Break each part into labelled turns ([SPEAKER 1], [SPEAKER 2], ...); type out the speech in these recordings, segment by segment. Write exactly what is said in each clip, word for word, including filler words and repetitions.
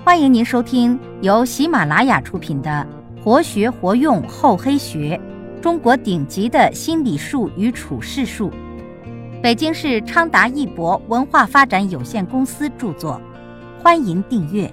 [SPEAKER 1] 欢迎您收听由喜马拉雅出品的《活学活用厚黑学：中国顶级的心理术与处世术》，北京市昌达一博文化发展有限公司著作。欢迎订阅。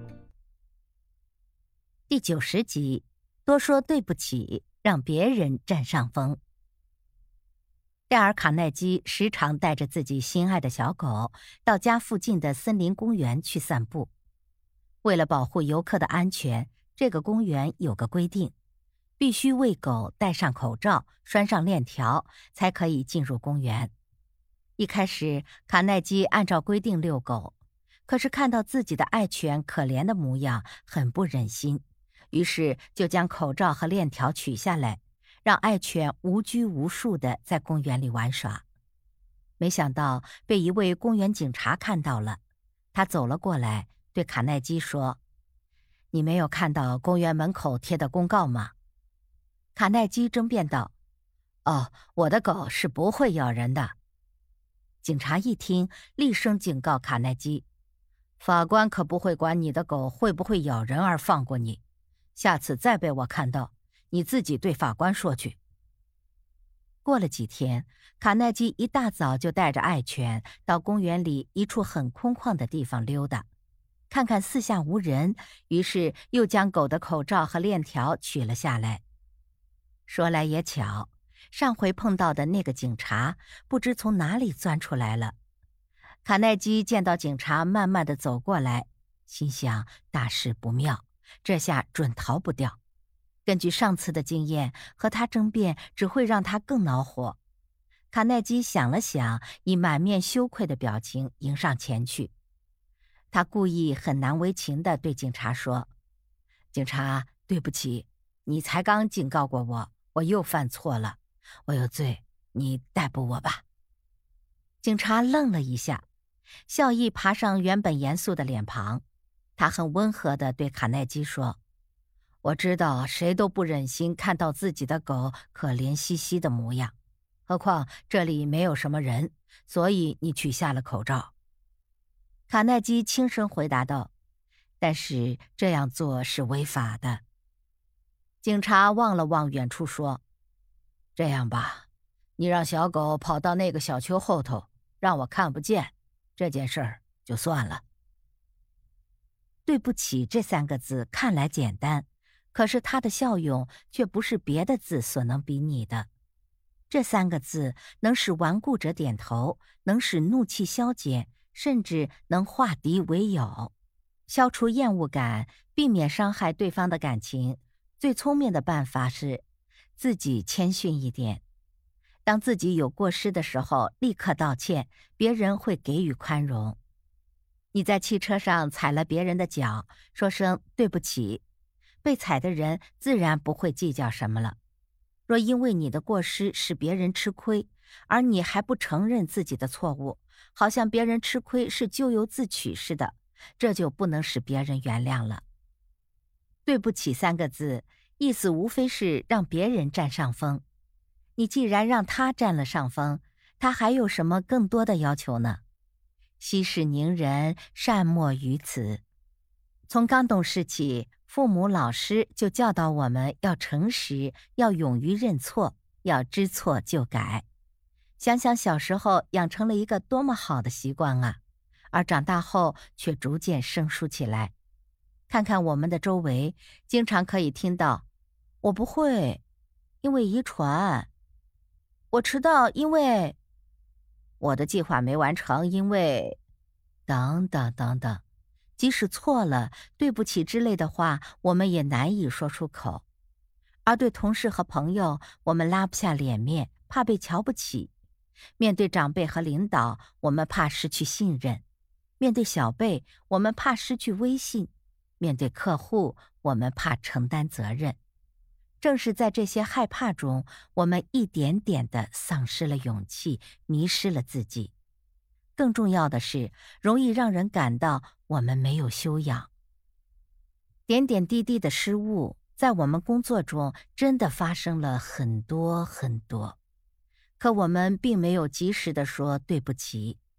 [SPEAKER 1] 第九十集，多说对不起，让别人占上风。戴尔·卡耐基时常带着自己心爱的小狗到家附近的森林公园去散步。为了保护游客的安全，这个公园有个规定，必须为狗戴上口罩，拴上链条，才可以进入公园。一开始，卡耐基按照规定遛狗，可是看到自己的爱犬可怜的模样，很不忍心，于是就将口罩和链条取下来，让爱犬无拘无束地在公园里玩耍。没想到被一位公园警察看到了，他走了过来，对卡耐基说：“你没有看到公园门口贴的公告吗？”卡耐基争辩道：“哦，我的狗是不会咬人的。”警察一听，厉声警告卡耐基：“法官可不会管你的狗会不会咬人而放过你，下次再被我看到，你自己对法官说去。”过了几天，卡耐基一大早就带着爱犬到公园里一处很空旷的地方溜达，看看四下无人，于是又将狗的口罩和链条取了下来。说来也巧，上回碰到的那个警察不知从哪里钻出来了。卡耐基见到警察慢慢地走过来，心想大事不妙，这下准逃不掉。根据上次的经验，和他争辩只会让他更恼火。卡耐基想了想，以满面羞愧的表情迎上前去。他故意很难为情地对警察说：“警察，对不起，你才刚警告过我，我又犯错了，我有罪，你逮捕我吧。”警察愣了一下，笑意爬上原本严肃的脸庞，他很温和地对卡耐基说：“我知道谁都不忍心看到自己的狗可怜兮兮的模样，何况这里没有什么人，所以你取下了口罩。”卡耐基轻声回答道：“但是这样做是违法的。”警察望了望远处说：“这样吧，你让小狗跑到那个小丘后头，让我看不见，这件事儿就算了。”对不起这三个字看来简单，可是它的效用却不是别的字所能比拟的。这三个字能使顽固者点头，能使怒气消减，甚至能化敌为友，消除厌恶感，避免伤害对方的感情。最聪明的办法是自己谦逊一点，当自己有过失的时候立刻道歉，别人会给予宽容。你在汽车上踩了别人的脚，说声对不起，被踩的人自然不会计较什么了。若因为你的过失使别人吃亏，而你还不承认自己的错误，好像别人吃亏是咎由自取似的，这就不能使别人原谅了。对不起三个字，意思无非是让别人占上风。你既然让他占了上风，他还有什么更多的要求呢？息事宁人，善莫于此。从刚懂事起，父母老师就教导我们要诚实，要勇于认错，要知错就改。想想小时候养成了一个多么好的习惯啊，而长大后却逐渐生疏起来。看看我们的周围，经常可以听到：“我不会，因为遗传；我迟到，因为……我的计划没完成，因为……等等等等。”即使错了，对不起之类的话，我们也难以说出口。而对同事和朋友，我们拉不下脸面，怕被瞧不起；面对长辈和领导，我们怕失去信任；面对小辈，我们怕失去威信；面对客户，我们怕承担责任。正是在这些害怕中，我们一点点地丧失了勇气，迷失了自己。更重要的是，容易让人感到我们没有修养。点点滴滴的失误，在我们工作中真的发生了很多很多，可我们并没有及时地说对不起。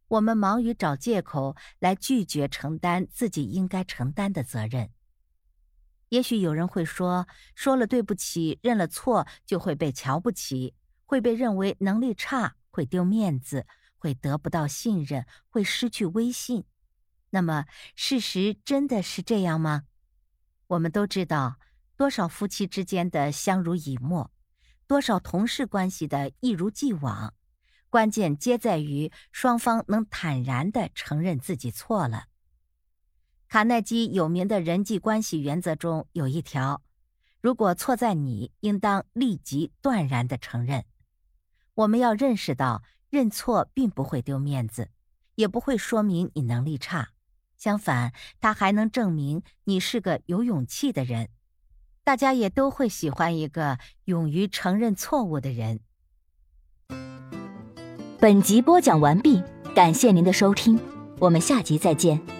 [SPEAKER 1] 我们忙于找借口来拒绝承担自己应该承担的责任。也许有人会说，说了对不起，认了错，就会被瞧不起，会被认为能力差，会丢面子，会得不到信任，会失去威信。那么，事实真的是这样吗？我们都知道，多少夫妻之间的相濡以沫，多少同事关系的一如既往，关键皆在于双方能坦然地承认自己错了。卡耐基有名的人际关系原则中有一条：如果错在你，应当立即断然地承认。我们要认识到，认错并不会丢面子，也不会说明你能力差，相反，它还能证明你是个有勇气的人。大家也都会喜欢一个勇于承认错误的人。
[SPEAKER 2] 本集播讲完毕，感谢您的收听，我们下集再见。